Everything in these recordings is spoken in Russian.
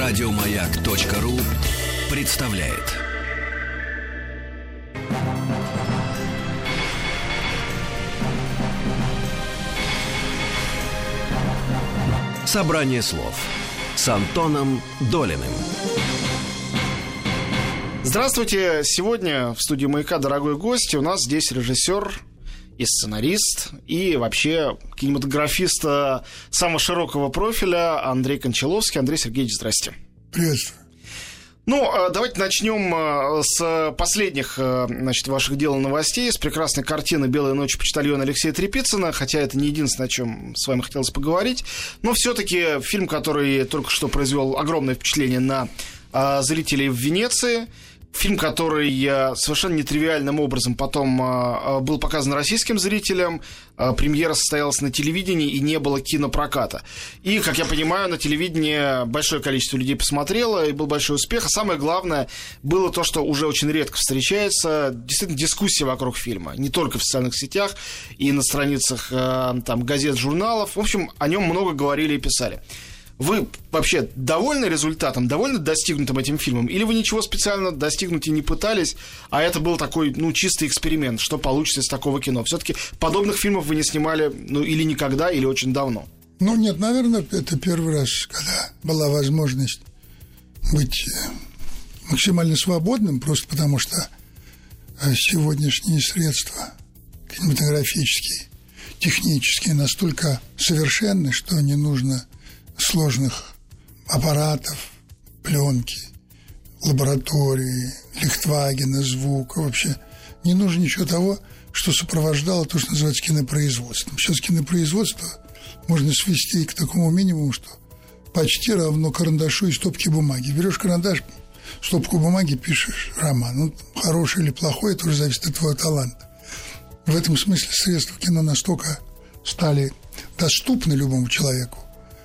Радиомаяк.ру представляет. Собрание слов с Антоном Долиным. Здравствуйте! Сегодня в студии «Маяка» дорогой гость. У нас здесь режиссер и сценарист, и вообще кинематографист самого широкого профиля Андрей Кончаловский. Андрей Сергеевич, здрасте. Приветствую. Давайте начнем с последних, ваших дел и новостей, с прекрасной картины «Белая ночь» почтальона Алексея Трепицына, хотя это не единственное, о чем с вами хотелось поговорить, но все-таки фильм, который только что произвел огромное впечатление на зрителей в Венеции. Фильм, который совершенно нетривиальным образом потом был показан российским зрителям. Премьера состоялась на телевидении и не было кинопроката. И, как я понимаю, на телевидении большое количество людей посмотрело, и был большой успех. А самое главное было то, что уже очень редко встречается, действительно, дискуссия вокруг фильма. Не только в социальных сетях и на страницах газет, журналов. В общем, о нем много говорили и писали. Вы вообще довольны результатом, довольны достигнутым этим фильмом? Или вы ничего специально достигнуть и не пытались, а это был такой, чистый эксперимент, что получится из такого кино? Все-таки подобных фильмов вы не снимали, или никогда, или очень давно? Нет, наверное, это первый раз, когда была возможность быть максимально свободным, просто потому что сегодняшние средства кинематографические, технические настолько совершенны, что не нужно сложных аппаратов, пленки, лаборатории, Лихтвагена, звука. Вообще не нужно ничего того, что сопровождало то, что называется кинопроизводством. Сейчас кинопроизводство можно свести к такому минимуму, что почти равно карандашу и стопке бумаги. Берешь карандаш, стопку бумаги, пишешь роман. Хороший или плохой, это уже зависит от твоего таланта. В этом смысле средства кино настолько стали доступны любому человеку,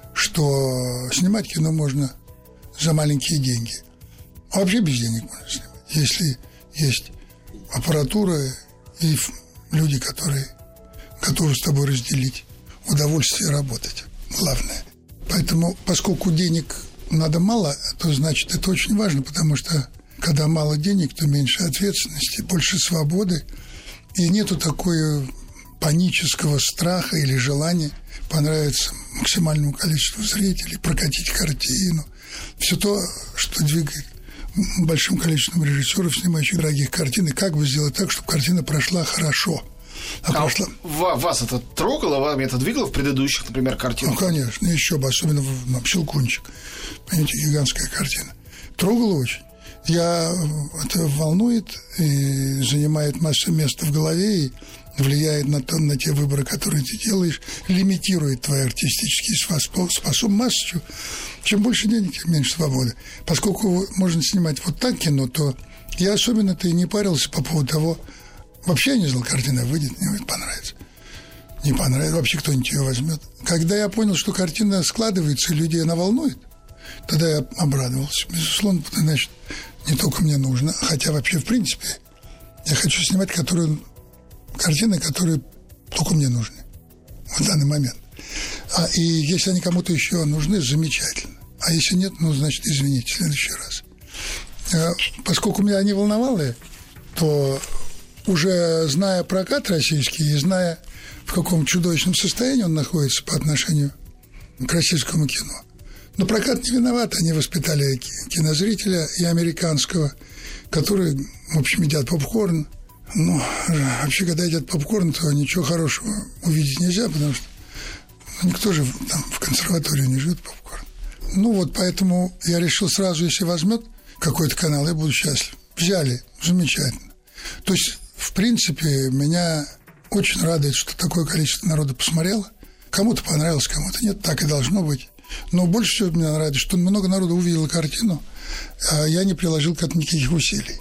что снимать кино можно за маленькие деньги. А вообще без денег можно снимать. Если есть аппаратура и люди, которые готовы с тобой разделить удовольствие работать. Главное. Поэтому, поскольку денег надо мало, то значит это очень важно, потому что когда мало денег, то меньше ответственности, больше свободы, и нету такой панического страха или желания понравиться максимальному количеству зрителей, прокатить картину. Все то, что двигает большим количеством режиссеров, снимающих дорогих картин, и как бы сделать так, чтобы картина прошла хорошо. Вас это трогало, вами это двигало в предыдущих, например, картинах? Конечно, еще бы, особенно в «Щелкунчик». Понимаете, гигантская картина. Трогало очень. Это волнует и занимает массу места в голове, и влияет на те выборы, которые ты делаешь, лимитирует твои артистические способности. Чем больше денег, тем меньше свободы. Поскольку можно снимать вот так кино, то я особенно-то и не парился по поводу того, вообще я не знал, картина выйдет, мне понравится. Не понравится, вообще кто-нибудь ее возьмет. Когда я понял, что картина складывается, и людей она волнует, тогда я обрадовался. Безусловно, значит, не только мне нужно, хотя вообще, в принципе, я хочу снимать картины, которые только мне нужны в данный момент. И если они кому-то еще нужны, замечательно. А если нет, значит, извините, в следующий раз. Поскольку меня не волновало, то уже зная прокат российский и зная, в каком чудовищном состоянии он находится по отношению к российскому кино, но прокат не виноват, они воспитали кинозрителя и американского, которые, в общем, едят попкорн. Вообще, когда едят попкорн, то ничего хорошего увидеть нельзя, потому что никто же там в консерватории не жует попкорн. Поэтому я решил сразу, если возьмет какой-то канал, я буду счастлив. Взяли, замечательно. То есть, в принципе, меня очень радует, что такое количество народа посмотрело. Кому-то понравилось, кому-то нет, так и должно быть. Но больше всего меня радует, что много народу увидело картину, а я не приложил к этому никаких усилий.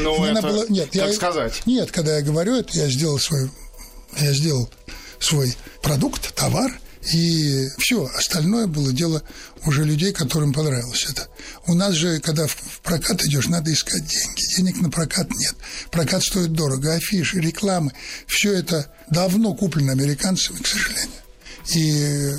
Сказать. Нет, когда я говорю это, я сделал свой продукт, товар, и все, остальное было дело уже людей, которым понравилось это. У нас же, когда в прокат идешь, надо искать деньги. Денег на прокат нет. Прокат стоит дорого, афиши, рекламы. Все это давно куплено американцами, к сожалению. И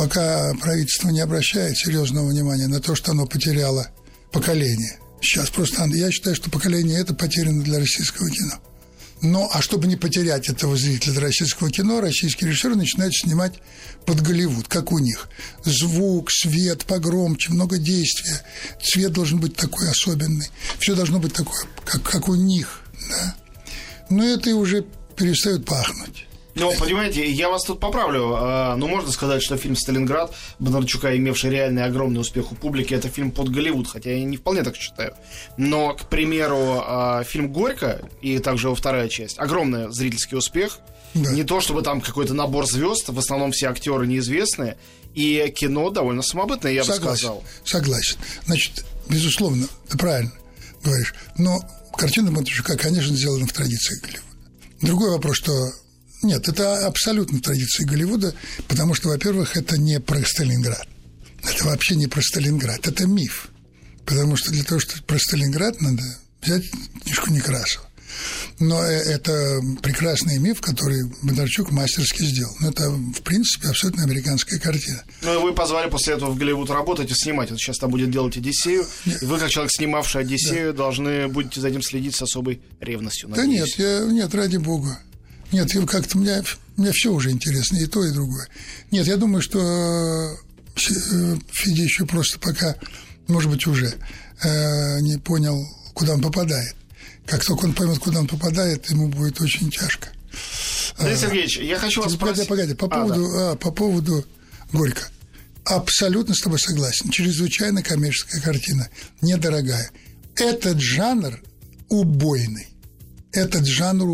пока правительство не обращает серьезного внимания на то, что оно потеряло поколение. Сейчас просто я считаю, что поколение это потеряно для российского кино. Но, а чтобы не потерять этого зрителя для российского кино, российские режиссеры начинают снимать под Голливуд, как у них. Звук, свет погромче, много действия. Цвет должен быть такой особенный. Все должно быть такое, как у них. Да? Но это уже перестает пахнуть. Ну, понимаете, я вас тут поправлю. Ну, можно сказать, что фильм «Сталинград» Бондарчука, имевший реальный огромный успех у публики, это фильм под Голливуд, хотя я не вполне так считаю. Но, к примеру, фильм «Горько» и также его вторая часть, огромный зрительский успех. Да. Не то, чтобы там какой-то набор звезд, в основном все актеры неизвестные, и кино довольно самобытное, я бы сказал. Согласен. Значит, безусловно, ты правильно говоришь. Но картина Бондарчука, конечно, сделана в традиции Голливуда. Другой вопрос, что... Нет, это абсолютно традиция Голливуда, потому что, во-первых, это не про Сталинград. Это вообще не про Сталинград, это миф. Потому что для того, чтобы про Сталинград, надо взять книжку Некрасова. Но это прекрасный миф, который Бондарчук мастерски сделал. Но это, в принципе, абсолютно американская картина. Ну, и вы позвали после этого в Голливуд работать и снимать. Вот сейчас там будет делать «Одиссею». И вы, как человек, снимавший «Одиссею», должны будете за этим следить с особой ревностью, надеюсь. Да нет, ради бога. Нет, как-то мне все уже интересно, и то, и другое. Нет, я думаю, что Федя еще просто пока, может быть, уже не понял, куда он попадает. Как только он поймет, куда он попадает, ему будет очень тяжко. Дмитрий Сергеевич, я хочу вас спросить... Погоди, по поводу «Горько». Абсолютно с тобой согласен. Чрезвычайно коммерческая картина, недорогая. Этот жанр убойный. Этот жанр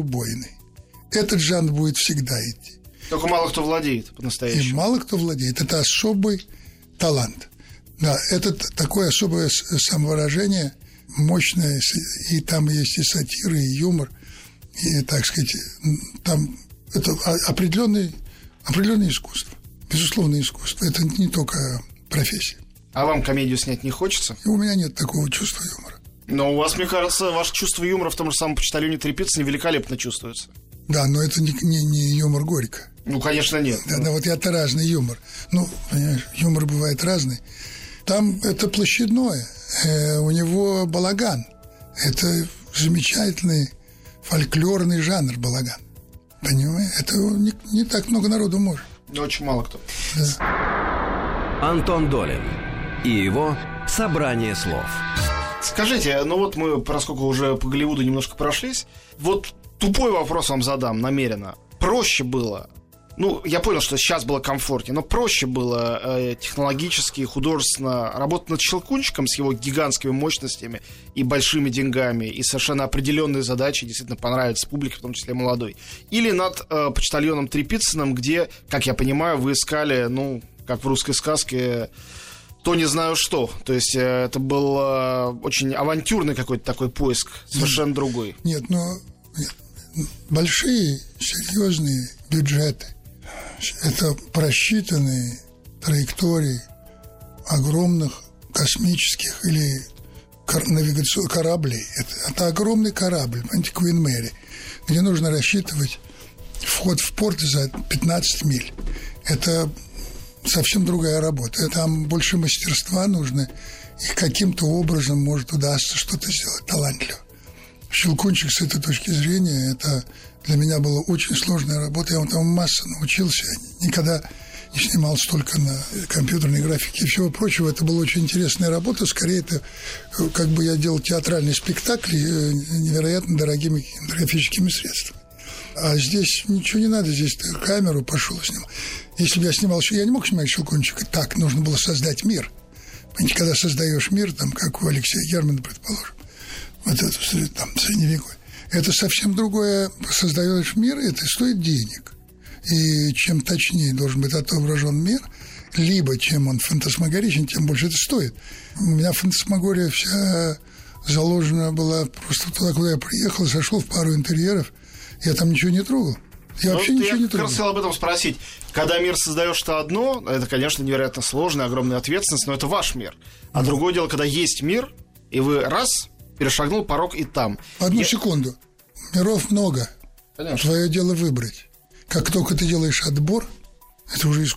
будет всегда идти. Только мало кто владеет по-настоящему. И мало кто владеет. Это особый талант. Да, это такое особое самовыражение, мощное, и там есть и сатира, и юмор, и, так сказать, там это определенное искусство. Безусловное искусство. Это не только профессия. А вам комедию снять не хочется? И у меня нет такого чувства юмора. Но у вас, мне кажется, ваше чувство юмора в том же самом «Почтальоне Трепицыне» великолепно чувствуется. Да, но это не юмор Горько. Ну, конечно, нет. Да, вот это разный юмор. Ну, понимаешь, юмор бывает разный. Там это площадное. У него балаган. Это замечательный фольклорный жанр балаган. Понимаешь? Это не так много народу может. Очень мало кто. Да. Антон Долин и его «Собрание слов». Скажите, ну вот мы, поскольку уже по Голливуду немножко прошлись, вот тупой вопрос вам задам намеренно. Проще было, ну, я понял, что сейчас было комфортнее, но проще было технологически и художественно работать над «Щелкунчиком» с его гигантскими мощностями и большими деньгами, и совершенно определенные задачи действительно понравятся публике, в том числе молодой. Или над «Почтальоном Трепицыным», где, как я понимаю, вы искали, ну, как в русской сказке... то не знаю что. То есть это был очень авантюрный какой-то такой поиск, совершенно другой. Нет, большие, серьезные бюджеты. Это просчитанные траектории огромных космических или навигационных кораблей. Это огромный корабль, понимаете, Queen Mary, где нужно рассчитывать вход в порт за 15 миль. Это совсем другая работа. Там больше мастерства нужно, и каким-то образом может удастся что-то сделать талантливо. «Щелкунчик» с этой точки зрения, это для меня была очень сложная работа. Я там массу научился. Я никогда не снимал столько на компьютерной графике и всего прочего. Это была очень интересная работа. Скорее, это как бы я делал театральный спектакль невероятно дорогими графическими средствами. А здесь ничего не надо, здесь камеру пошел снимал. Если бы я снимал, я не мог снимать «Щелкунчика», так нужно было создать мир. Понимаете, когда создаешь мир, там, как у Алексея Германа, предположим, вот это там средневековье, это совсем другое. Создаешь мир, это стоит денег. И чем точнее должен быть отображен мир, либо чем он фантасмагоричен, тем больше это стоит. У меня фантасмагория вся заложена была просто туда, куда я приехал, зашел в пару интерьеров, я там ничего не трогал. Я вообще ничего не трогал. Я как раз хотел об этом спросить. Когда мир создаешь, что одно, это, конечно, невероятно сложная, огромная ответственность, но это ваш мир. А другое дело, когда есть мир, и вы раз перешагнул порог и там. Одну секунду. Миров много. Конечно. Твое дело выбрать. Как только ты делаешь отбор, это уже искусство.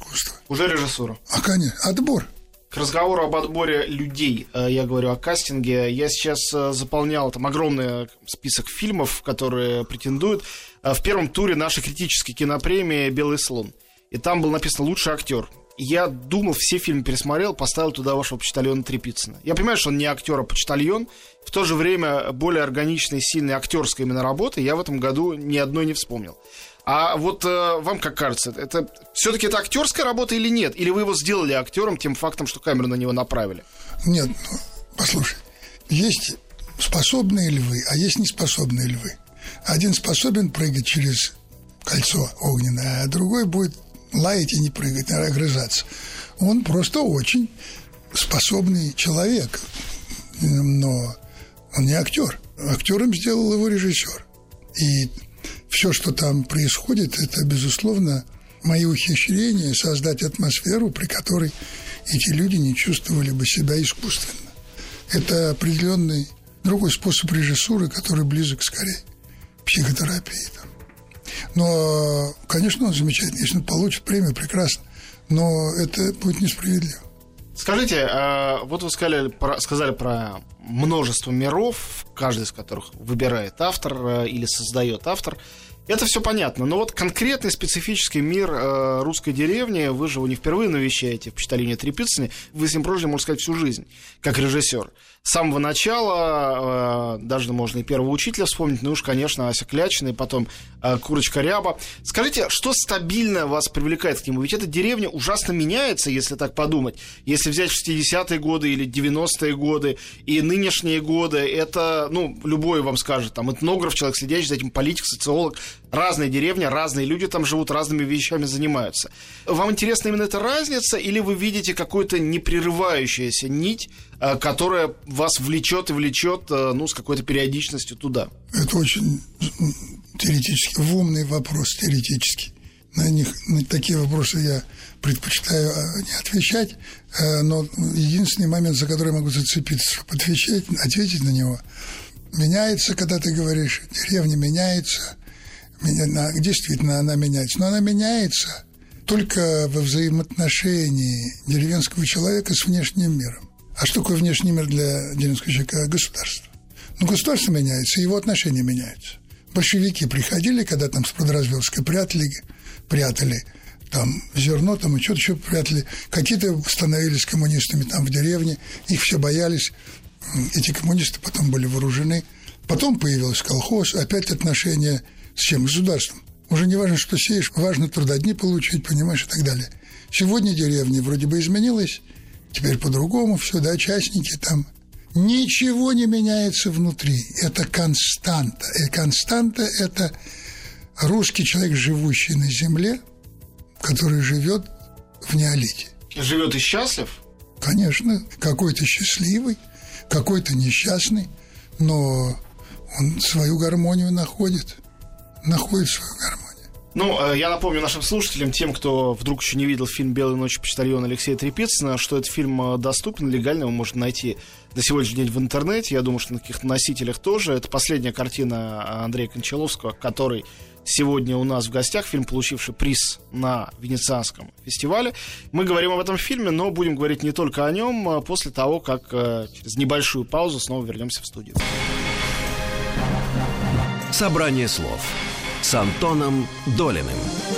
Уже режиссура. А, конечно, отбор. К разговору об отборе людей, я говорю о кастинге. Я сейчас заполнял там огромный список фильмов, которые претендуют. В первом туре нашей критической кинопремии «Белый слон». И там было написано «Лучший актер». Я думал, все фильмы пересмотрел, поставил туда вашего почтальона Трепицына. Я понимаю, что он не актер, а почтальон. В то же время более органичной, сильной актерской именно работы я в этом году ни одной не вспомнил. А вот вам как кажется, это все-таки это актерская работа или нет? Или вы его сделали актером тем фактом, что камеру на него направили? Нет, послушай, есть способные львы, а есть неспособные львы. Один способен прыгать через кольцо огненное, а другой будет лаять и не прыгать, наверное, огрызаться. Он просто очень способный человек, но он не актер. Актером сделал его режиссер. И все, что там происходит, это, безусловно, мои ухищрения создать атмосферу, при которой эти люди не чувствовали бы себя искусственно. Это определенный другой способ режиссуры, который близок скорее к психотерапии. Но, конечно, он замечательный. Если он получит премию, прекрасно. Но это будет несправедливо. Скажите, вот вы сказали про множество миров, каждый из которых выбирает автор или создает автор. Это все понятно, но вот конкретный специфический мир русской деревни, вы же его не впервые навещаете в почтальоне Трепицыне, вы с ним прожили, можно сказать, всю жизнь, как режиссер. С самого начала, даже можно и первого учителя вспомнить, ну уж, конечно, Ася Клячина, и потом Курочка Ряба. Скажите, что стабильно вас привлекает к нему? Ведь эта деревня ужасно меняется, если так подумать. Если взять 60-е годы или 90-е годы и нынешние годы, это, любой вам скажет, там, этнограф, человек, следящий за этим, политик, социолог, разные деревни, разные люди там живут, разными вещами занимаются. Вам интересна именно эта разница, или вы видите какую-то непрерывающуюся нить, которая вас влечет и влечет, с какой-то периодичностью туда? Это очень теоретически, умный вопрос, теоретический. На такие вопросы я предпочитаю не отвечать, но единственный момент, за который я могу зацепиться, чтобы ответить на него, меняется, когда ты говоришь, деревня меняется, действительно она меняется, но она меняется только во взаимоотношении деревенского человека с внешним миром. А что такое внешний мир для деревенского человека? Государство. Государство меняется, его отношения меняются. Большевики приходили, когда там с продразверсткой прятали там зерно, там и что-то еще прятали. Какие-то становились коммунистами там в деревне, их все боялись. Эти коммунисты потом были вооружены. Потом появился колхоз, опять отношения с чем? С государством. Уже не важно, что сеешь, важно трудодни получить, понимаешь, и так далее. Сегодня деревня вроде бы изменилась, теперь по-другому все, да, частники там. Ничего не меняется внутри. Это константа. И константа – это русский человек, живущий на земле, который живет в неолите. Живет и счастлив? Конечно. Какой-то счастливый, какой-то несчастный, но он свою гармонию находит свою гармонию. Я напомню нашим слушателям, тем, кто вдруг еще не видел фильм «Белые ночи» почтальона Алексея Трепицына, что этот фильм доступен, легально его можно найти до сегодняшнего дня в интернете. Я думаю, что на каких-то носителях тоже. Это последняя картина Андрея Кончаловского, который сегодня у нас в гостях, фильм, получивший приз на Венецианском фестивале. Мы говорим об этом фильме, но будем говорить не только о нем, после того, как через небольшую паузу снова вернемся в студию. Собрание слов с Антоном Долиным.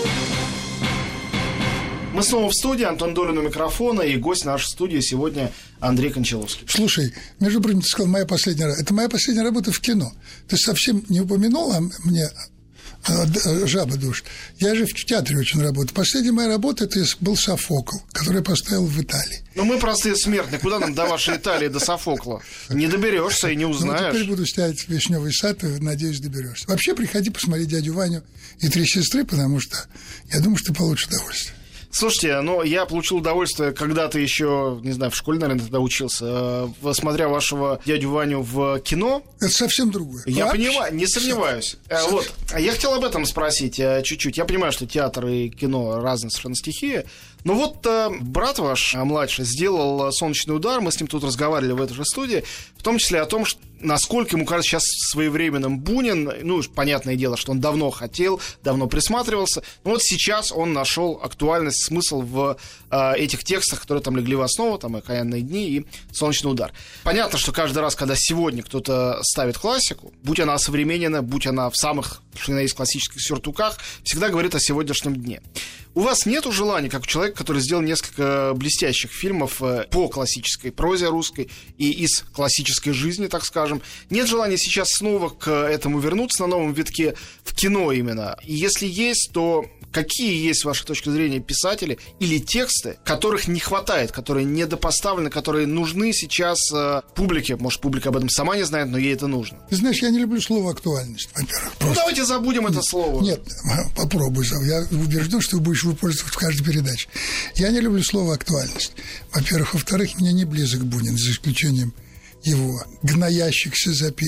Мы снова в студии, Антон Долин у микрофона, и гость нашей студии сегодня Андрей Кончаловский. Слушай, между прочим, ты сказал, моя последняя работа. Это моя последняя работа в кино. Ты совсем не упомянул мне «Жаба душит». Я же в театре очень работаю. Последняя моя работа – это был «Софокл», который я поставил в Италии. Мы простые смертные. Куда нам до вашей Италии, до Софокла? Не доберешься и не узнаешь. Теперь буду ставить «Вишневый сад», и, надеюсь, доберешься. Вообще, приходи посмотреть «Дядю Ваню» и «Три сестры», потому что я думаю, что ты получишь удовольствие. Слушайте, я получил удовольствие когда-то еще, не знаю, в школе, наверное, тогда учился, смотря вашего дядю Ваню в кино. Это совсем другое. Я понимаю, не сомневаюсь. Вот. Я хотел об этом спросить чуть-чуть. Я понимаю, что театр и кино разные совершенно стихии. Но вот брат ваш, младший, сделал «Солнечный удар», мы с ним тут разговаривали в этой же студии. в том числе о том, насколько ему кажется сейчас своевременным Бунин. Ну, понятное дело, что он давно хотел, давно присматривался. Но вот сейчас он нашел актуальность, смысл в этих текстах, которые там легли в основу, там и «Окаянные дни», и «Солнечный удар». Понятно, что каждый раз, когда сегодня кто-то ставит классику, будь она осовременена, будь она в самых, что есть, классических сюртуках, всегда говорит о сегодняшнем дне. У вас нету желания, как у человека, который сделал несколько блестящих фильмов по классической прозе русской и из классической жизни, так скажем, нет желания сейчас снова к этому вернуться на новом витке в кино именно? И если есть, то какие есть, с вашей точки зрения, писатели или тексты, которых не хватает, которые недопоставлены, которые нужны сейчас публике? Может, публика об этом сама не знает, но ей это нужно. Ты знаешь, я не люблю слово «актуальность», во-первых. Ну, давайте забудем это слово. Нет, попробуй. Я убежден, что ты будешь выпользоваться в каждой передаче. Я не люблю слово «актуальность». Во-первых. Во-вторых, мне не близок Бунин, за исключением его гноящихся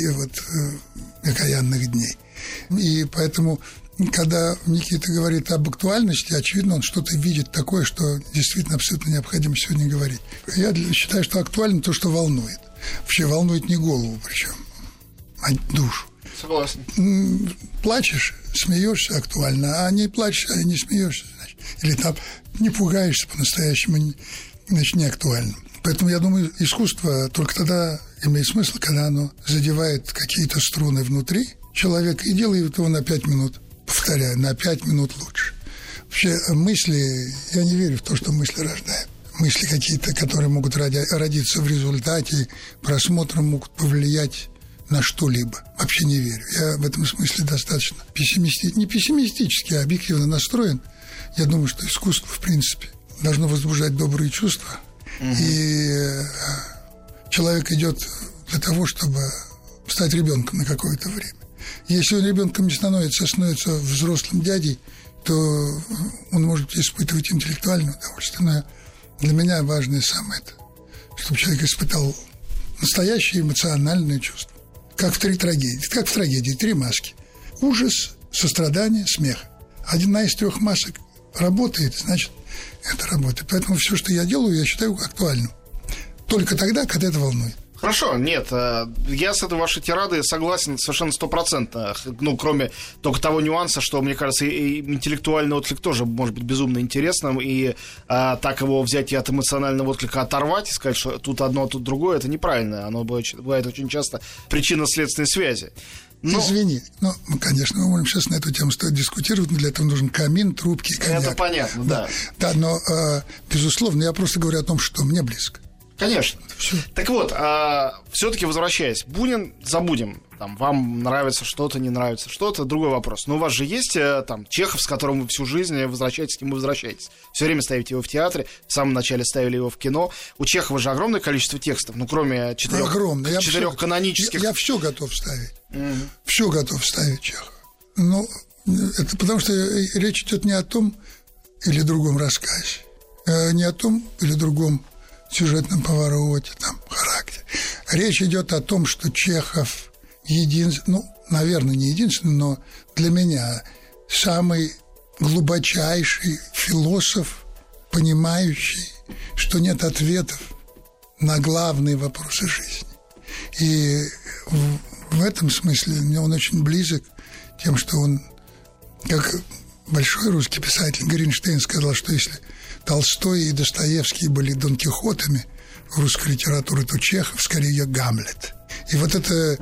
окаянных дней. И поэтому, когда Никита говорит об актуальности, очевидно, он что-то видит такое, что действительно абсолютно необходимо сегодня говорить. Я считаю, что актуально то, что волнует. Вообще волнует не голову причем, а душу. Согласен. Плачешь, смеешься актуально, а не плачешь, а не смеешься, значит, или там не пугаешься по-настоящему, значит, не актуально. Поэтому я думаю, искусство только тогда имеет смысл, когда оно задевает какие-то струны внутри человека и делает его на 5 минут, повторяю, на 5 минут лучше. Вообще мысли, я не верю в то, что мысли рождают. Мысли какие-то, которые могут родиться в результате просмотра, могут повлиять на что-либо. Вообще не верю. Я в этом смысле достаточно не пессимистически, а объективно настроен. Я думаю, что искусство, в принципе, должно возбуждать добрые чувства. И человек идет для того, чтобы стать ребенком на какое-то время. Если он ребенком не становится взрослым дядей, то он может испытывать интеллектуальное удовольствие. Но для меня важное самое это, чтобы человек испытал настоящее эмоциональное чувство. Как в трагедии, 3 маски. Ужас, сострадание, смех. Одна из 3 масок работает, значит, это работает. Поэтому все, что я делаю, я считаю актуальным. Только тогда, когда это волнует. Хорошо, нет, я с этой вашей тирадой согласен совершенно 100%. Ну, кроме только того нюанса, что, мне кажется, и интеллектуальный отклик тоже может быть безумно интересным, и так его взять и от эмоционального отклика оторвать и сказать, что тут одно, а тут другое, это неправильно. Оно бывает очень часто причинно-следственной связи. Извини, конечно, мы можем сейчас на эту тему стоит дискутировать, но для этого нужен камин, трубки, коньяк. Это понятно, да. Да, но, безусловно, я просто говорю о том, что мне близко. Конечно. Так вот, все-таки возвращаясь, Бунин забудем. Там, вам нравится что-то, не нравится что-то, другой вопрос. Но у вас же есть там Чехов, с которым вы всю жизнь возвращаетесь, к нему возвращаетесь. Все время ставите его в театре, в самом начале ставили его в кино. У Чехова же огромное количество текстов, кроме 4 канонических. Я все готов ставить. Все готов ставить Чехова. Но это потому что речь идет не о том или другом рассказе, не о том или другом сюжетном повороте, там, характере. Речь идет о том, что Чехов наверное, не единственный, но для меня самый глубочайший философ, понимающий, что нет ответов на главные вопросы жизни. И в этом смысле мне он очень близок тем, что он, как большой русский писатель Гринштейн сказал, что если Толстой и Достоевский были Дон Кихотами в русской литературе, то Чехов скорее ее Гамлет. И вот эта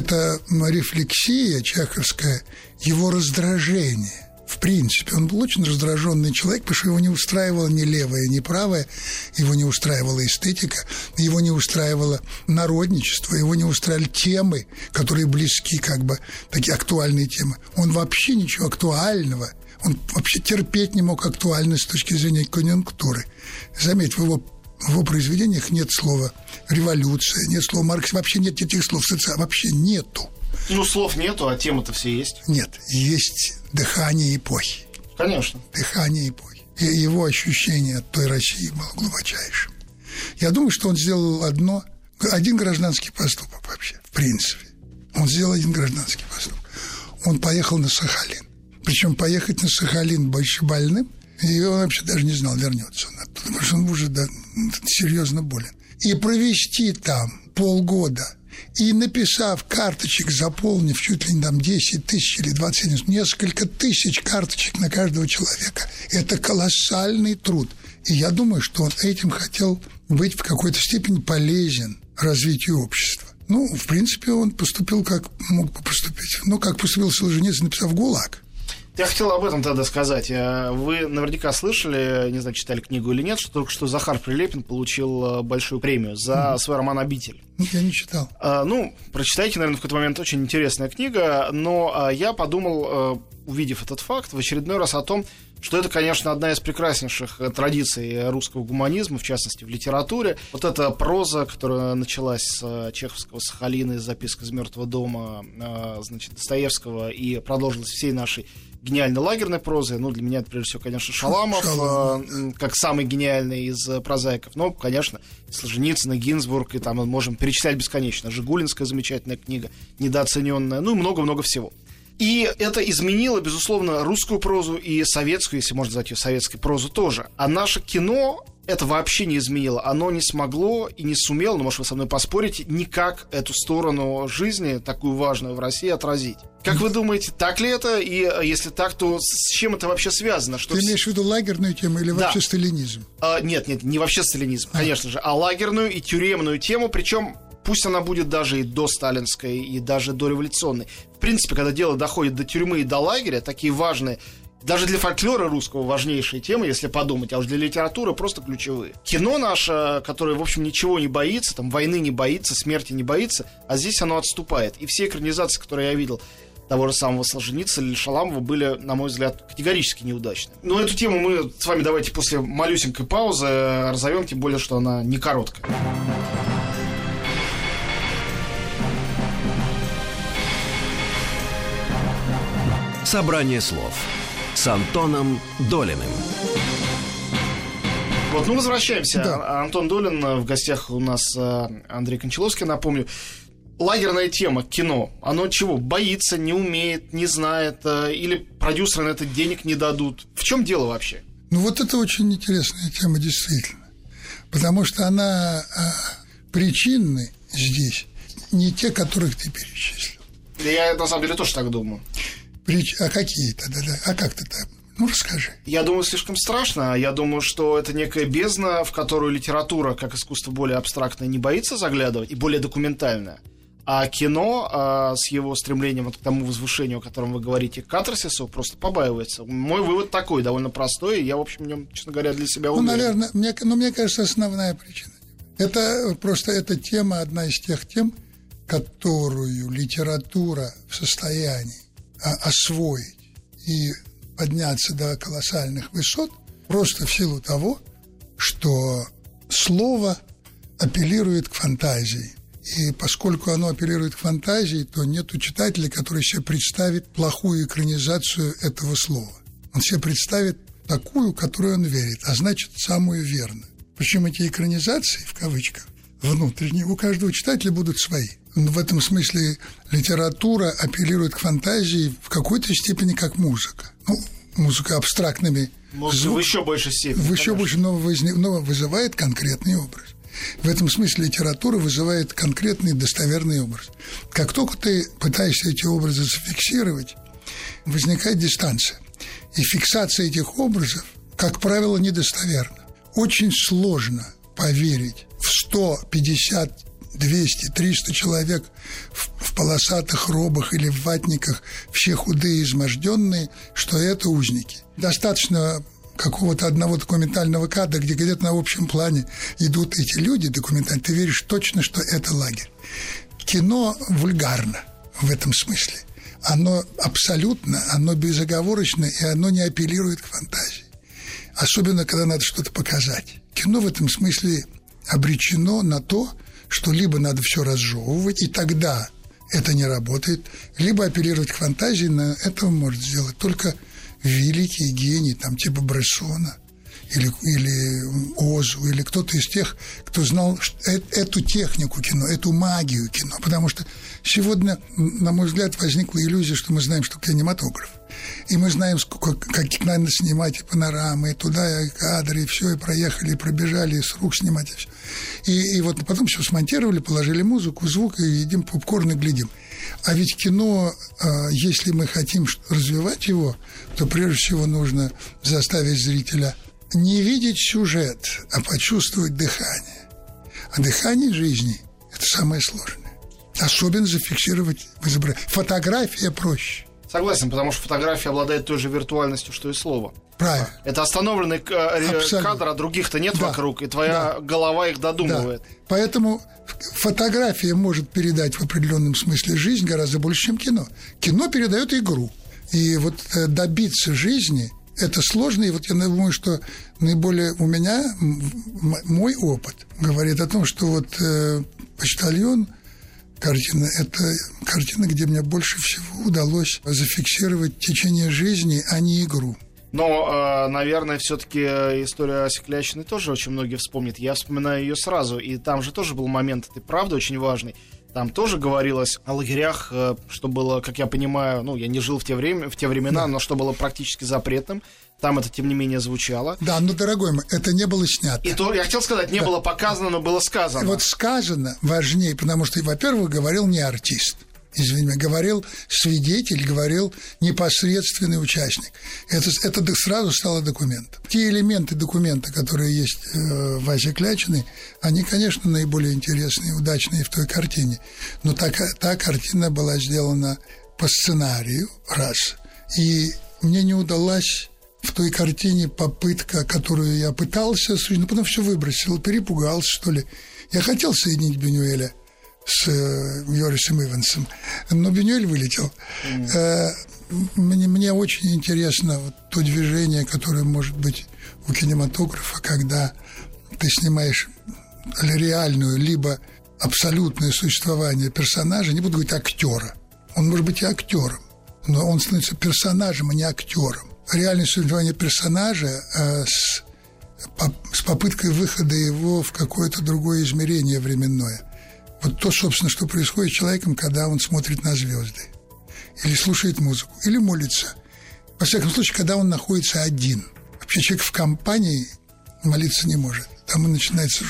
рефлексия чеховская, его раздражение, в принципе, он был очень раздраженный человек, потому что его не устраивало ни левое, ни правое, его не устраивала эстетика, его не устраивало народничество, его не устраивали темы, которые близки, такие актуальные темы. Он вообще ничего актуального, он вообще терпеть не мог актуальность с точки зрения конъюнктуры. Заметь, в его произведениях нет слова «революция», нет слова «марксизм», вообще нет этих слов, вообще нету. Слов нету, а темы-то все есть. Нет, есть дыхание эпохи. Конечно. Дыхание эпохи. И его ощущение от той России было глубочайшим. Я думаю, что он сделал один гражданский поступок вообще, в принципе. Он сделал один гражданский поступок. Он поехал на Сахалин. Причем поехать на Сахалин больше больным, и он вообще даже не знал, вернется он оттуда, потому что он уже серьезно болен. И провести там полгода И написав карточек, заполнив чуть ли не там 10 тысяч или 20, несколько тысяч карточек на каждого человека, это колоссальный труд. И я думаю, что он этим хотел быть в какой-то степени полезен развитию общества. Ну, в принципе, он поступил, как мог бы поступить. Ну, как поступил Солженицын, написав «ГУЛАГ». Я хотел об этом тогда сказать. Вы наверняка слышали, не знаю, читали книгу или нет, что только что Захар Прилепин получил большую премию за свой роман «Обитель». Я не читал. Прочитайте, наверное, в какой-то момент. Очень интересная книга. Но я подумал, увидев этот факт, в очередной раз о том, что это, конечно, одна из прекраснейших традиций русского гуманизма, в частности, в литературе. Вот эта проза, которая началась с чеховского «Сахалина», из «Записок из мертвого дома», Достоевского, и продолжилась всей нашей гениальной лагерной прозой. Для меня это, прежде всего, конечно, Шаламов, как самый гениальный из прозаиков. Но, конечно, Солженицын, Гинзбург, и там мы можем перечислять бесконечно. Жигулинская замечательная книга, недооцененная, и много-много всего. И это изменило, безусловно, русскую прозу и советскую, если можно назвать ее советской прозу, тоже. А наше кино это вообще не изменило. Оно не смогло и не сумело, может, вы со мной поспорите, никак эту сторону жизни, такую важную в России, отразить. Как вы думаете, так ли это? И если так, то с чем это вообще связано? Что Ты имеешь в виду лагерную тему или вообще сталинизм? Нет, не вообще сталинизм, конечно же, а лагерную и тюремную тему, причем пусть она будет даже и до сталинской, и даже до революционной. В принципе, когда дело доходит до тюрьмы и до лагеря, такие важные, даже для фольклора русского важнейшие темы, если подумать, а уж для литературы просто ключевые. Кино наше, которое, в общем, ничего не боится, там, войны не боится, смерти не боится, а здесь оно отступает. И все экранизации, которые я видел, того же самого Солженицына или Шаламова, были, на мой взгляд, категорически неудачны. Но эту тему мы с вами давайте после малюсенькой паузы разовьем, тем более, что она не короткая. Собрание слов с Антоном Долиным. Возвращаемся. Да. Антон Долин, в гостях у нас Андрей Кончаловский, напомню. Лагерная тема, кино, оно чего? Боится, не умеет, не знает, или продюсеры на это денег не дадут? В чем дело вообще? Это очень интересная тема, действительно. Потому что она причины здесь не те, которых ты перечислил. Я, на самом деле, тоже так думаю. А какие тогда? А как ты так? Расскажи. Я думаю, слишком страшно. Я думаю, что это некая бездна, в которую литература, как искусство более абстрактное, не боится заглядывать, и более документальное. А кино с его стремлением к тому возвышению, о котором вы говорите, к катарсису, просто побаивается. Мой вывод такой, довольно простой, и я, в общем, в нем, честно говоря, для себя уверен. Наверное, мне кажется, основная причина. Это просто эта тема, одна из тех тем, которую литература в состоянии освоить и подняться до колоссальных высот просто в силу того, что слово апеллирует к фантазии. И поскольку оно апеллирует к фантазии, то нет читателя, который себе представит плохую экранизацию этого слова. Он себе представит такую, которую он верит, а значит, самую верную. Причем эти экранизации, в кавычках, внутренние, у каждого читателя будут свои. В этом смысле литература апеллирует к фантазии в какой-то степени как музыка. Музыка абстрактными звуками. В еще большей степени. В еще больше, но вызывает конкретный образ. В этом смысле литература вызывает конкретный достоверный образ. Как только ты пытаешься эти образы зафиксировать, возникает дистанция. И фиксация этих образов, как правило, недостоверна. Очень сложно поверить в 150, 200, 300 человек в полосатых робах или в ватниках, все худые, изможденные, что это узники. Достаточно какого-то одного документального кадра, где где-то на общем плане идут эти люди документальные, ты веришь точно, что это лагерь. Кино вульгарно в этом смысле. Оно абсолютно, оно безоговорочно, и оно не апеллирует к фантазии. Особенно, когда надо что-то показать. Кино в этом смысле обречено на то, что либо надо все разжевывать, и тогда это не работает, либо апеллировать к фантазии, но этого может сделать только великий гений, типа Брессона или Озу, или кто-то из тех, кто знал эту технику кино, эту магию кино. Потому что сегодня, на мой взгляд, возникла иллюзия, что мы знаем, что кинематограф. И мы знаем, как надо снимать и панорамы, и туда, и кадры, и все, и проехали, и пробежали, и с рук снимать, и все. И вот потом все смонтировали, положили музыку, звук, и едим попкорн и глядим. А ведь кино, если мы хотим развивать его, то прежде всего нужно заставить зрителя не видеть сюжет, а почувствовать дыхание. А дыхание жизни – это самое сложное. Особенно зафиксировать в изображении. Фотография проще. Согласен, потому что фотография обладает той же виртуальностью, что и слово. Правильно. Это остановленный кадр, а других-то нет вокруг, и твоя голова их додумывает. Да. Поэтому фотография может передать в определенном смысле жизнь гораздо больше, чем кино. Кино передает игру. И вот добиться жизни – это сложно. И вот я думаю, что наиболее у меня мой опыт говорит о том, что вот «Почтальон» картина – это картина, где мне больше всего удалось зафиксировать течение жизни, а не игру. Но, наверное, все-таки история Аси Клячиной тоже очень многие вспомнят. Я вспоминаю ее сразу, и там же тоже был момент, это правда очень важный. Там тоже говорилось о лагерях, что было, как я понимаю, ну, я не жил в те времена, но что было практически запретным. Там это, тем не менее, звучало. Да, но, дорогой мой, это не было снято. И то, я хотел сказать, не было показано, но было сказано. Вот сказано важнее, потому что, во-первых, говорил не артист. Извини меня, говорил свидетель, говорил непосредственный участник. Это сразу стало документом. Те элементы документа, которые есть в Асе Клячиной, они, конечно, наиболее интересные и удачные в той картине. Но та картина была сделана по сценарию, раз. И мне не удалась в той картине попытка, которую я пытался, но потом все выбросил, перепугался, что ли. Я хотел соединить Бюнюэля с Йорисом Ивансом, но Бюнюэль вылетел. Мне очень интересно вот то движение, которое может быть у кинематографа, когда ты снимаешь реальную, либо абсолютное существование персонажа, не буду говорить актера. Он может быть и актером, но он становится персонажем, а не актером. Реальное существование персонажа с попыткой выхода его в какое-то другое измерение временное. Вот то, собственно, что происходит с человеком, когда он смотрит на звезды, или слушает музыку, или молится. Во всяком случае, когда он находится один. Вообще человек в компании молиться не может. Там и начинается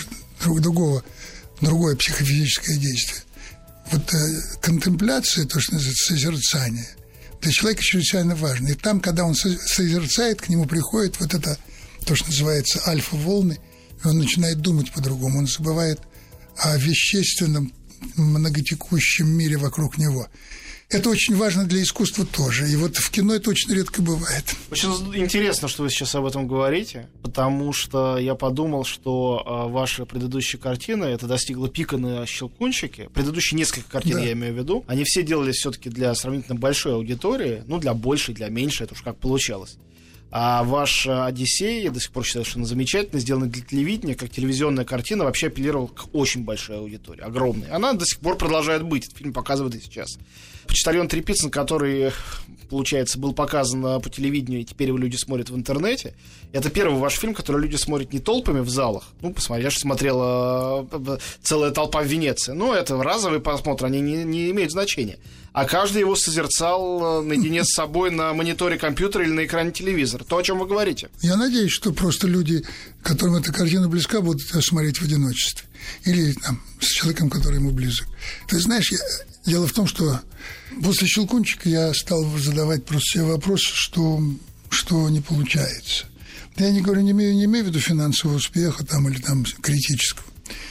другое психофизическое действие. Вот контемпляция, то, что называется созерцание, для человека чрезвычайно важно. И там, когда он созерцает, к нему приходит вот это, то, что называется альфа-волны, и он начинает думать по-другому, он забывает о вещественном многотекущем мире вокруг него. Это очень важно для искусства тоже. И вот в кино это очень редко бывает. Очень интересно, что вы сейчас об этом говорите, потому что я подумал, что ваши предыдущие картины, это достигло пика на «Щелкунчике». Предыдущие несколько картин, да, я имею в виду, они все делались все-таки для сравнительно большой аудитории, ну, для большей, для меньшей, это уж как получалось. А ваш «Одиссей», я до сих пор считаю, что он замечательно, сделанный для телевидения, как телевизионная картина, вообще апеллировал к очень большой аудитории, огромной. Она до сих пор продолжает быть, этот фильм показывает и сейчас. «Почтальон Трепицын», который, получается, был показан по телевидению, и теперь его люди смотрят в интернете, это первый ваш фильм, который люди смотрят не толпами в залах. Ну, посмотри, я же смотрела целая толпа в Венеции. Но это разовый просмотр, они не имеют значения. А каждый его созерцал наедине с собой на мониторе компьютера или на экране телевизора. То, о чем вы говорите. Я надеюсь, что просто люди, которым эта картина близка, будут ее смотреть в одиночестве. Или там, с человеком, который ему близок. Ты знаешь, дело в том, что после «Щелкунчика» я стал задавать просто себе вопрос, что не получается. Я не имею в виду финансового успеха там, или там, критического.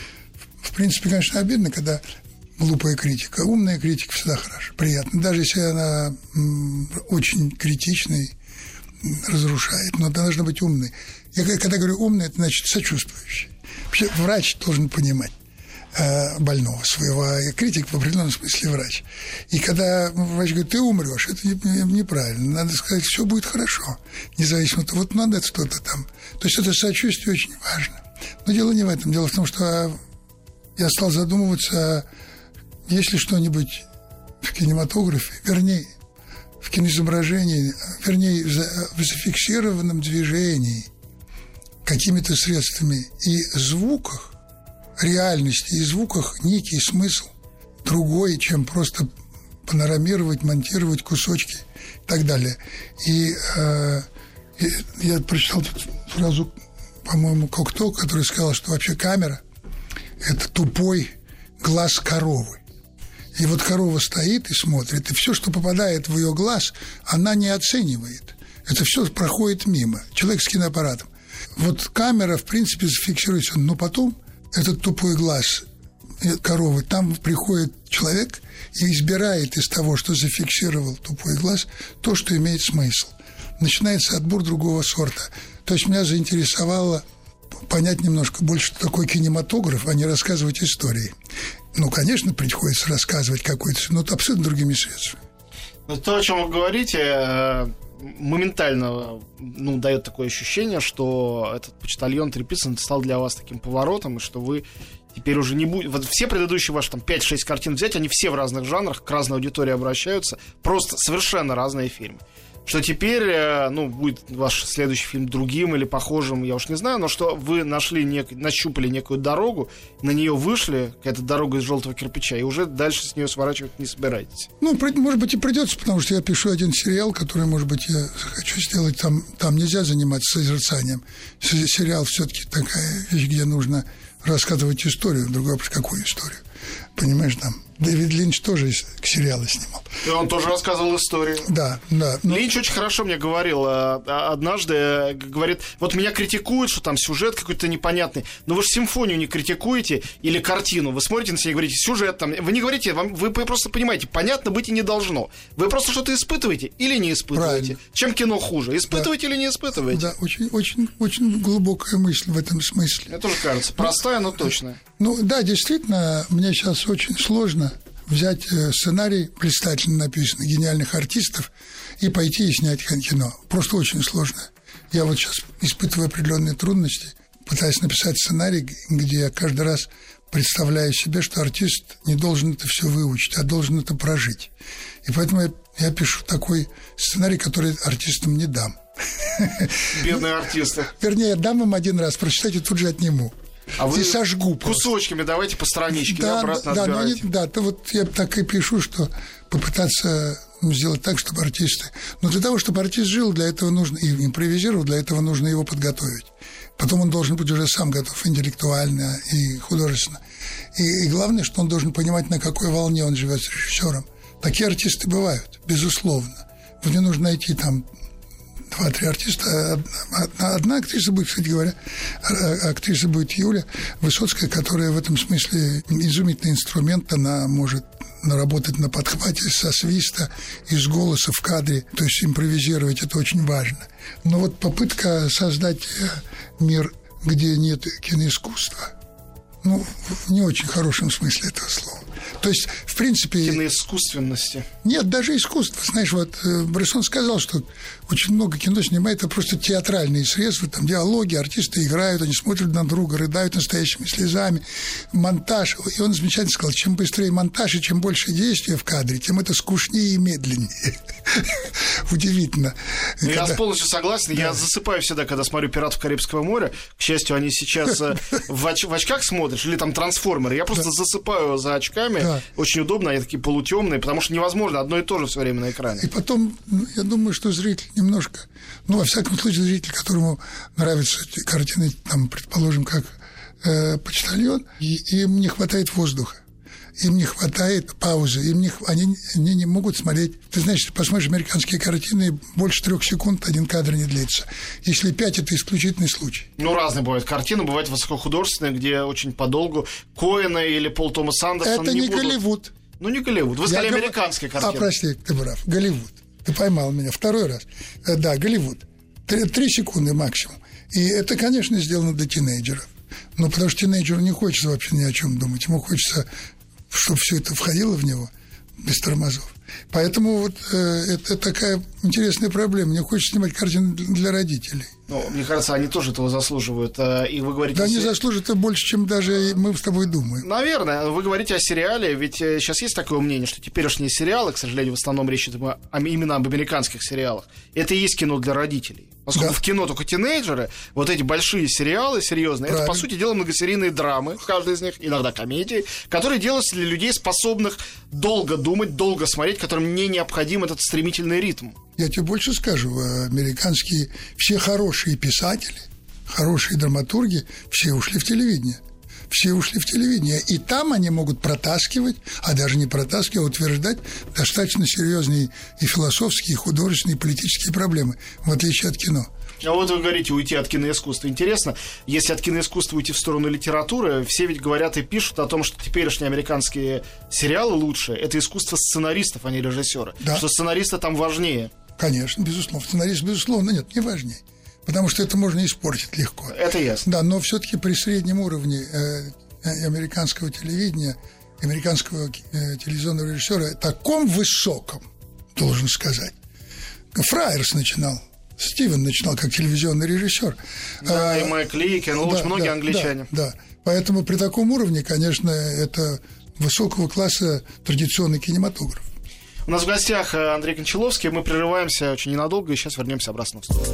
В принципе, конечно, обидно, когда глупая критика. Умная критика всегда хорошо, приятно. Даже если она очень критичной, разрушает. Но она должна быть умной. Я когда говорю умной, это значит сочувствующей. Вообще врач должен понимать больного своего, а критик в определенном смысле врач. И когда врач говорит, ты умрешь, это неправильно. Надо сказать, все будет хорошо. Независимо от того, вот надо что-то там. То есть это сочувствие очень важно. Но дело не в этом. Дело в том, что я стал задумываться, есть ли что-нибудь в кинематографе, вернее, в киноизображении, вернее, в зафиксированном движении, какими-то средствами и звуках, реальности и звуках некий смысл другой, чем просто панорамировать, монтировать кусочки и так далее. И я прочитал тут фразу, по-моему, Кокто, который сказал, что вообще камера – это тупой глаз коровы. И вот корова стоит и смотрит, и все, что попадает в ее глаз, она не оценивает. Это все проходит мимо. Человек с киноаппаратом. Вот камера, в принципе, зафиксируется, но потом этот тупой глаз коровы, там приходит человек и избирает из того, что зафиксировал тупой глаз, то, что имеет смысл. Начинается отбор другого сорта. То есть меня заинтересовало понять немножко больше, что такое кинематограф, а не рассказывать истории. Ну, конечно, приходится рассказывать какой-то, но абсолютно другими средствами. То, о чем вы говорите, моментально дает такое ощущение, что этот почтальон Трепицын стал для вас таким поворотом, и что вы теперь уже не будете... Вот все предыдущие ваши 5-6 картин взять, они все в разных жанрах, к разной аудитории обращаются, просто совершенно разные фильмы. Что теперь, будет ваш следующий фильм другим или похожим, я уж не знаю, но что вы нащупали некую дорогу, на нее вышли, какая-то дорога из желтого кирпича, и уже дальше с нее сворачивать не собираетесь. Может быть, и придется, потому что я пишу один сериал, который, может быть, я хочу сделать. Там нельзя заниматься созерцанием. Сериал все-таки такая вещь, где нужно рассказывать историю. Другой вопрос, какую историю? Понимаешь, там Дэвид Линч тоже сериалы снимал. И он тоже рассказывал историю. Да. Линч очень хорошо мне говорил однажды, говорит, вот меня критикуют, что там сюжет какой-то непонятный, но вы же симфонию не критикуете или картину, вы смотрите на себя и говорите, сюжет там, вы не говорите, вы просто понимаете, понятно быть и не должно. Вы просто что-то испытываете или не испытываете. Правильно. Чем кино хуже, испытываете или не испытываете? Да, очень глубокая мысль в этом смысле. Мне тоже кажется, простая, но точная. Да, действительно, мне сейчас очень сложно взять сценарий, блистательно написанный, гениальных артистов, и пойти и снять кино. Просто очень сложно. Я вот сейчас испытываю определенные трудности, пытаясь написать сценарий, где я каждый раз представляю себе, что артист не должен это все выучить, а должен это прожить. И поэтому я пишу такой сценарий, который артистам не дам. Бедные артисты. Вернее, дам им один раз, прочитать и тут же отниму. А вы сожгу кусочками давайте по страничке, обратно отбирайте. Вот я так и пишу, что попытаться сделать так, чтобы артисты... Но для того, чтобы артист жил, для этого нужно... И импровизировал, для этого нужно его подготовить. Потом он должен быть уже сам готов интеллектуально и художественно. И главное, что он должен понимать, на какой волне он живет с режиссером. Такие артисты бывают, безусловно. Вот мне нужно найти там 2-3 артиста. Одна актриса будет, кстати говоря, актриса будет Юля Высоцкая, которая в этом смысле изумительный инструмент. Она может работать на подхвате со свиста, из голоса в кадре, то есть импровизировать, это очень важно. Но вот попытка создать мир, где нет киноискусства, в не очень хорошем смысле этого слова. То есть, в принципе... Киноискусственности. Нет, даже искусство. Знаешь, вот Брессон сказал, что очень много кино снимает, это просто театральные средства, там диалоги, артисты играют, они смотрят на друга, рыдают настоящими слезами, монтаж. И он замечательно сказал, чем быстрее монтаж и чем больше действия в кадре, тем это скучнее и медленнее. Удивительно. Я полностью согласен. Я засыпаю всегда, когда смотрю «Пиратов Карибского моря». К счастью, они сейчас в очках смотришь, или там «Трансформеры». Я просто засыпаю за очками. Очень удобно, они такие полутемные, потому что невозможно одно и то же все время на экране. И потом, я думаю, что зритель немножко, во всяком случае, зритель, которому нравятся эти картины, там, предположим, как «Почтальон», им не хватает воздуха. Им не хватает паузы, они не могут смотреть. Ты знаешь, ты посмотришь американские картины, больше 3 секунд один кадр не длится. Если 5, это исключительный случай. Разные бывают картины, бывают высокохудожественные, где очень подолгу. Коэна или Пол Томас Андерсон это не Голливуд. Не Голливуд. Вы сказали американские картины. Прости, ты прав. Голливуд. Ты поймал меня второй раз. Да, Голливуд. 3 секунды максимум. И это, конечно, сделано для тинейджеров. Потому что тинейджеру не хочется вообще ни о чем думать. Ему хочется, чтобы все это входило в него без тормозов. Поэтому это такая интересная проблема. Мне хочется снимать картины для родителей. Ну, мне кажется, они тоже этого заслуживают. И вы говорите... Да, они заслуживают это больше, чем даже мы с тобой думаем. Наверное. Вы говорите о сериале, ведь сейчас есть такое мнение, что теперешние сериалы, к сожалению, в основном речь идет именно об американских сериалах, это и есть кино для родителей. Поскольку в кино только тинейджеры, вот эти большие сериалы, серьезные, это, по сути дела, многосерийные драмы, каждый из них, иногда комедии, которые делаются для людей, способных долго думать, долго смотреть, которым не необходим этот стремительный ритм. Я тебе больше скажу, американские, все хорошие писатели, хорошие драматурги, все ушли в телевидение. Все ушли в телевидение. И там они могут протаскивать, а даже не протаскивать, а утверждать достаточно серьезные и философские, и художественные, и политические проблемы, в отличие от кино. А вот вы говорите, уйти от киноискусства. Интересно, если от киноискусства уйти в сторону литературы, все ведь говорят и пишут о том, что теперешние американские сериалы лучше. Это искусство сценаристов, а не режиссера. Да. Что сценаристы там важнее. Конечно, безусловно. Сценарист, безусловно, нет, не важнее. Потому что это можно испортить легко. Это ясно. Да, но все-таки при среднем уровне американского телевидения, американского телевизионного режиссера, таком высоком, должен сказать. Фрайерс начинал. Стивен начинал как телевизионный режиссер. Да, и Майк Ли, многие англичане. Да. Поэтому при таком уровне, конечно, это высокого класса традиционный кинематограф. У нас в гостях Андрей Кончаловский. Мы прерываемся очень ненадолго и сейчас вернемся обратно в студию.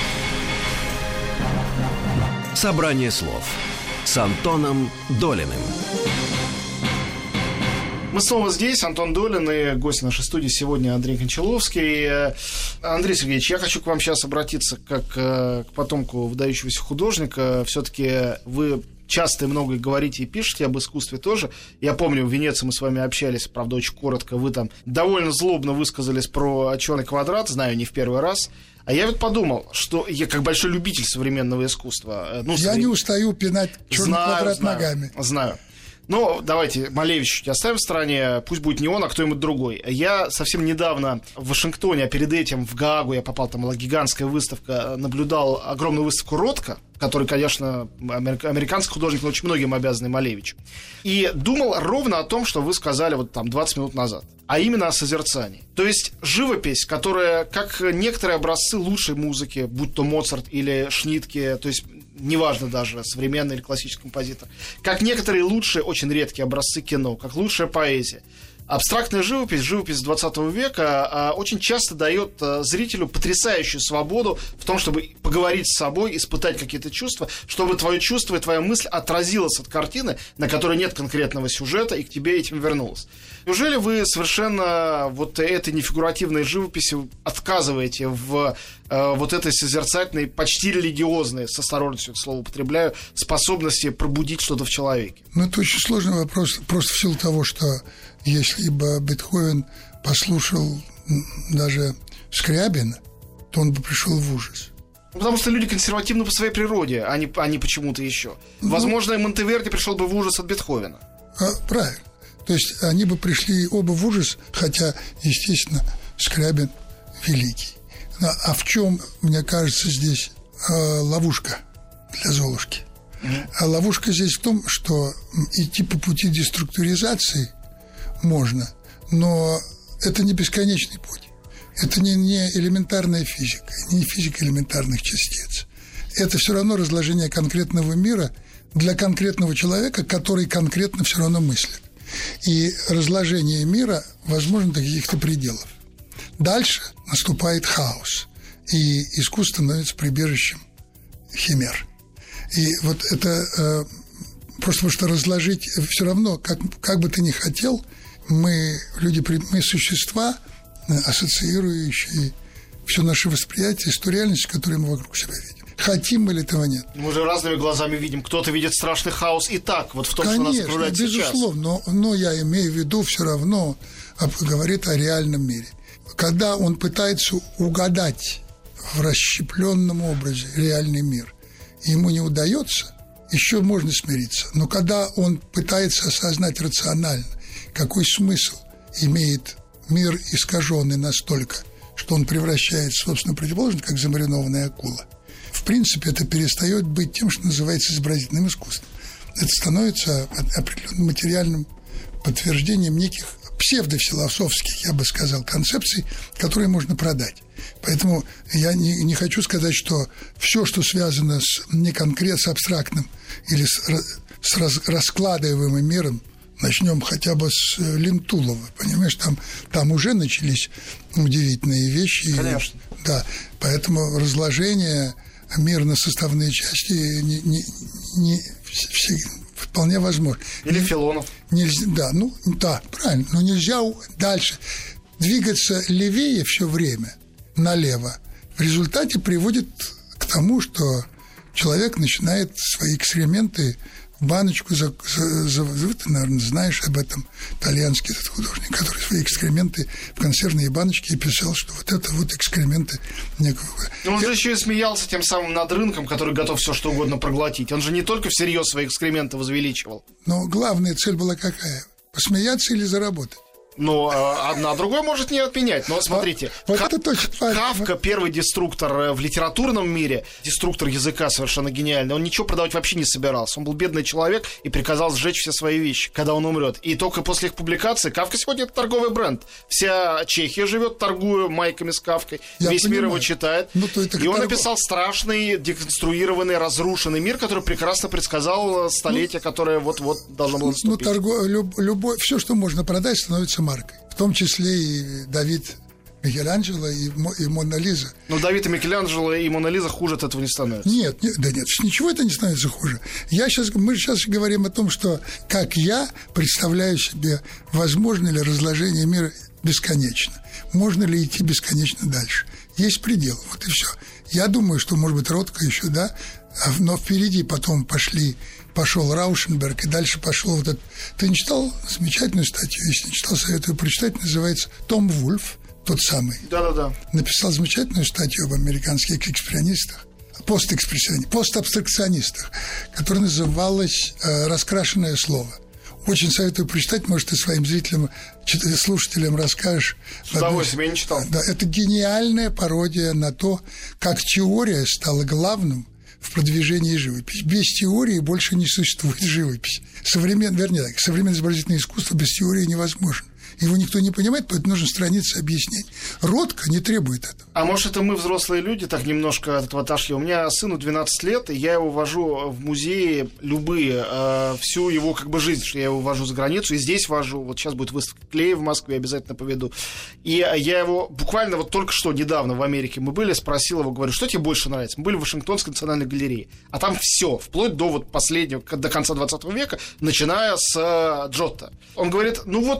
Собрание слов с Антоном Долиным. Мы снова здесь, Антон Долин, и гость нашей студии сегодня Андрей Кончаловский. Андрей Сергеевич, я хочу к вам сейчас обратиться как к потомку выдающегося художника. Все-таки вы часто и много говорите и пишете об искусстве тоже. Я помню, в Венеции мы с вами общались, правда, очень коротко. Вы там довольно злобно высказались про «Черный квадрат», знаю, не в первый раз. А я вот подумал, что я как большой любитель современного искусства... Я не устаю пинать «Черный квадрат» ногами. Знаю. Ну, давайте Малевич чуть оставим в стороне, пусть будет не он, а кто-нибудь другой. Я совсем недавно в Вашингтоне, а перед этим в Гаагу, я попал, там была гигантская выставка, наблюдал огромную выставку Ротко, который, конечно, американский художник, но очень многим обязанный Малевичу. И думал ровно о том, что вы сказали вот там 20 минут назад, а именно о созерцании. То есть живопись, которая, как некоторые образцы лучшей музыки, будь то Моцарт или Шнитке, то есть неважно даже, современный или классический композитор, как некоторые лучшие, очень редкие образцы кино, как лучшая поэзия. Абстрактная живопись 20 века очень часто дает зрителю потрясающую свободу в том, чтобы поговорить с собой, испытать какие-то чувства, чтобы твое чувство и твоя мысль отразилась от картины, на которой нет конкретного сюжета, и к тебе этим вернулась. Неужели вы совершенно вот этой нефигуративной живописи отказываете в вот этой созерцательной, почти религиозной, с осторожностью это слово употребляю, способности пробудить что-то в человеке? Ну, это очень сложный вопрос, просто в силу того, что если бы Бетховен послушал даже Скрябина, то он бы пришел в ужас. Потому что люди консервативны по своей природе, а не почему-то еще. Возможно, Монтеверди пришел бы в ужас от Бетховена. Правильно. То есть они бы пришли оба в ужас, хотя, естественно, Скрябин великий. А в чем, мне кажется, здесь ловушка для Золушки? А ловушка здесь в том, что идти по пути деструктуризации можно, но это не бесконечный путь. Это не элементарная физика, не физика элементарных частиц. Это все равно разложение конкретного мира для конкретного человека, который конкретно все равно мыслит. И разложение мира возможно до каких-то пределов. Дальше наступает хаос, и искусство становится прибежищем химер. И вот это просто потому что разложить все равно, как бы ты ни хотел, мы существа, ассоциирующие все наше восприятие с той реальностью, которую мы вокруг себя видим. Хотим мы или этого нет. Мы же разными глазами видим. Кто-то видит страшный хаос и так, вот в том, что нас окружает сейчас. Конечно, безусловно, но я имею в виду все равно, говорит о реальном мире. Когда он пытается угадать в расщепленном образе реальный мир, ему не удается, еще можно смириться. Но когда он пытается осознать рационально, какой смысл имеет мир искаженный настолько, что он превращается, собственно, в противоположность, как замаринованная акула, в принципе, это перестает быть тем, что называется изобразительным искусством. Это становится определенным материальным подтверждением неких псевдофилософских, я бы сказал, концепций, которые можно продать. Поэтому я не хочу сказать, что все, что связано не конкретно с абстрактным или с раскладываемым миром, начнем хотя бы с Лентулова, понимаешь, там уже начались удивительные вещи. Конечно. Да, поэтому разложение мира на составные части не вполне возможно. Или Филонов. Нельзя, да, правильно, но нельзя дальше двигаться левее все время, налево. В результате приводит к тому, что человек начинает свои эксперименты в баночку, ты, наверное, знаешь об этом, итальянский этот художник, который свои экскременты в консервные баночки писал, что вот это вот экскременты некого. Он же еще и смеялся тем самым над рынком, который готов все что угодно проглотить. Он же не только всерьез свои экскременты возвеличивал. Но главная цель была какая? Посмеяться или заработать? Ну, одна другой может не отменять. Но смотрите, это точно. Кафка, первый деструктор в литературном мире, деструктор языка совершенно гениальный, он ничего продавать вообще не собирался. Он был бедный человек и приказал сжечь все свои вещи, когда он умрет. И только после их публикации Кафка сегодня это торговый бренд. Вся Чехия живет, торгуя майками с Кафкой. Весь мир его читает. И он написал страшный, деконструированный, разрушенный мир, который прекрасно предсказал столетие, которое вот-вот должно было наступить. Любой, все, что можно продать, становится маркой. В том числе и Давид Микеланджело и Мона Лиза. Но Давид и Микеланджело и Мона Лиза хуже от этого не становятся. Нет, ничего это не становится хуже. Мы сейчас говорим о том, что как я представляю себе, возможно ли разложение мира бесконечно. Можно ли идти бесконечно дальше. Есть предел, вот и все. Я думаю, что, может быть, Ротко еще, да, но впереди потом пошел Раушенберг, и дальше пошел вот этот... Ты не читал замечательную статью, если не читал, советую прочитать, называется «Том Вульф», тот самый. Да-да-да. Написал замечательную статью об американских экспрессионистах, постабстракционистах, которая называлась «Раскрашенное слово». Очень советую прочитать, может, ты своим зрителям, слушателям расскажешь. С удовольствием, я не читал. Да, это гениальная пародия на то, как теория стала главным в продвижении живописи. Без теории больше не существует живописи. Современное изобразительное искусство без теории невозможно. Его никто не понимает, поэтому нужно страницы объяснений. Ротко не требует этого. А может, это мы, взрослые люди, так немножко от этого отошли? У меня сыну 12 лет, и я его вожу в музеи любые, всю его как бы жизнь, что я его вожу за границу, и здесь вожу. Вот сейчас будет выставка клея в Москве, обязательно поведу. И я его буквально вот только что недавно в Америке мы были, спросил его, говорю, что тебе больше нравится? Мы были в Вашингтонской национальной галерее, а там все, вплоть до вот последнего, до конца 20 века, начиная с Джотто. Он говорит,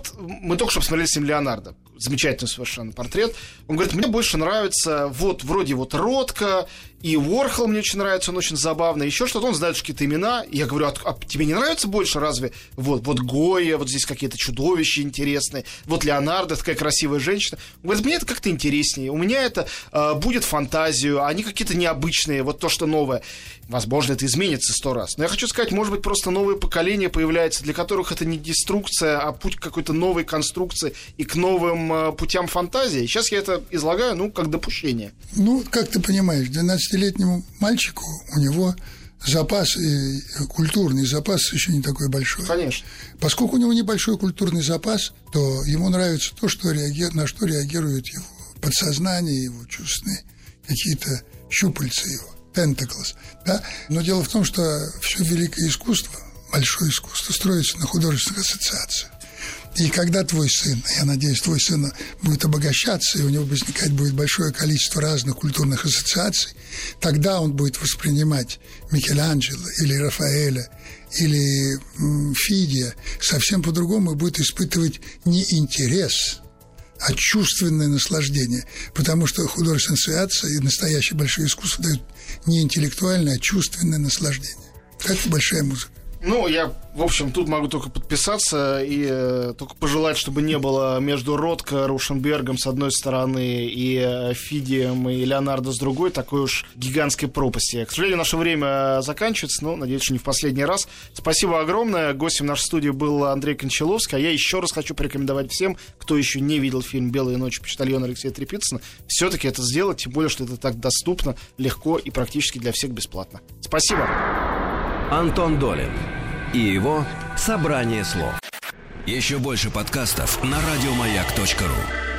мы только что посмотрели с ним Леонардо. Замечательный совершенно портрет. Он говорит, мне больше нравится вроде Ротко, и Уорхол мне очень нравится, он очень забавный, еще что-то, он знает какие-то имена. И я говорю, а тебе не нравится больше разве? Вот Гойя, вот здесь какие-то чудовища интересные, вот Леонардо, такая красивая женщина. Он говорит, мне это как-то интереснее, у меня это будет фантазию, они какие-то необычные, вот то, что новое. Возможно, это изменится 100 раз. Но я хочу сказать, может быть, просто новое поколение появляется, для которых это не деструкция, а путь к какой-то новой конструкции и к новым путям фантазии. Сейчас я это излагаю, как допущение. Как ты понимаешь, 12-летнему мальчику у него запас, культурный запас еще не такой большой. Конечно. Поскольку у него небольшой культурный запас, то ему нравится то, на что реагирует его подсознание, его чувственные какие-то щупальца его. Tentacles, да? Но дело в том, что все великое искусство, большое искусство, строится на художественных ассоциациях. И когда твой сын, я надеюсь, твой сын будет обогащаться, и у него возникать будет большое количество разных культурных ассоциаций, тогда он будет воспринимать Микеланджело или Рафаэля или Фидия совсем по-другому и будет испытывать не интерес, а чувственное наслаждение, потому что художественная ассоциация и настоящее большое искусство дают не интеллектуальное, а чувственное наслаждение, как и большая музыка. Я, в общем, тут могу только подписаться и только пожелать, чтобы не было между Ротко, Раушенбергом с одной стороны и Фидием и Леонардо с другой такой уж гигантской пропасти. К сожалению, наше время заканчивается, но, надеюсь, что не в последний раз. Спасибо огромное. Гостем нашей студии был Андрей Кончаловский. А я еще раз хочу порекомендовать всем, кто еще не видел фильм «Белые ночи» почтальона Алексея Трепицына, все-таки это сделать, тем более, что это так доступно, легко и практически для всех бесплатно. Спасибо. Антон Долин и его «Собрание слов». Еще больше подкастов на радиомаяк.ру.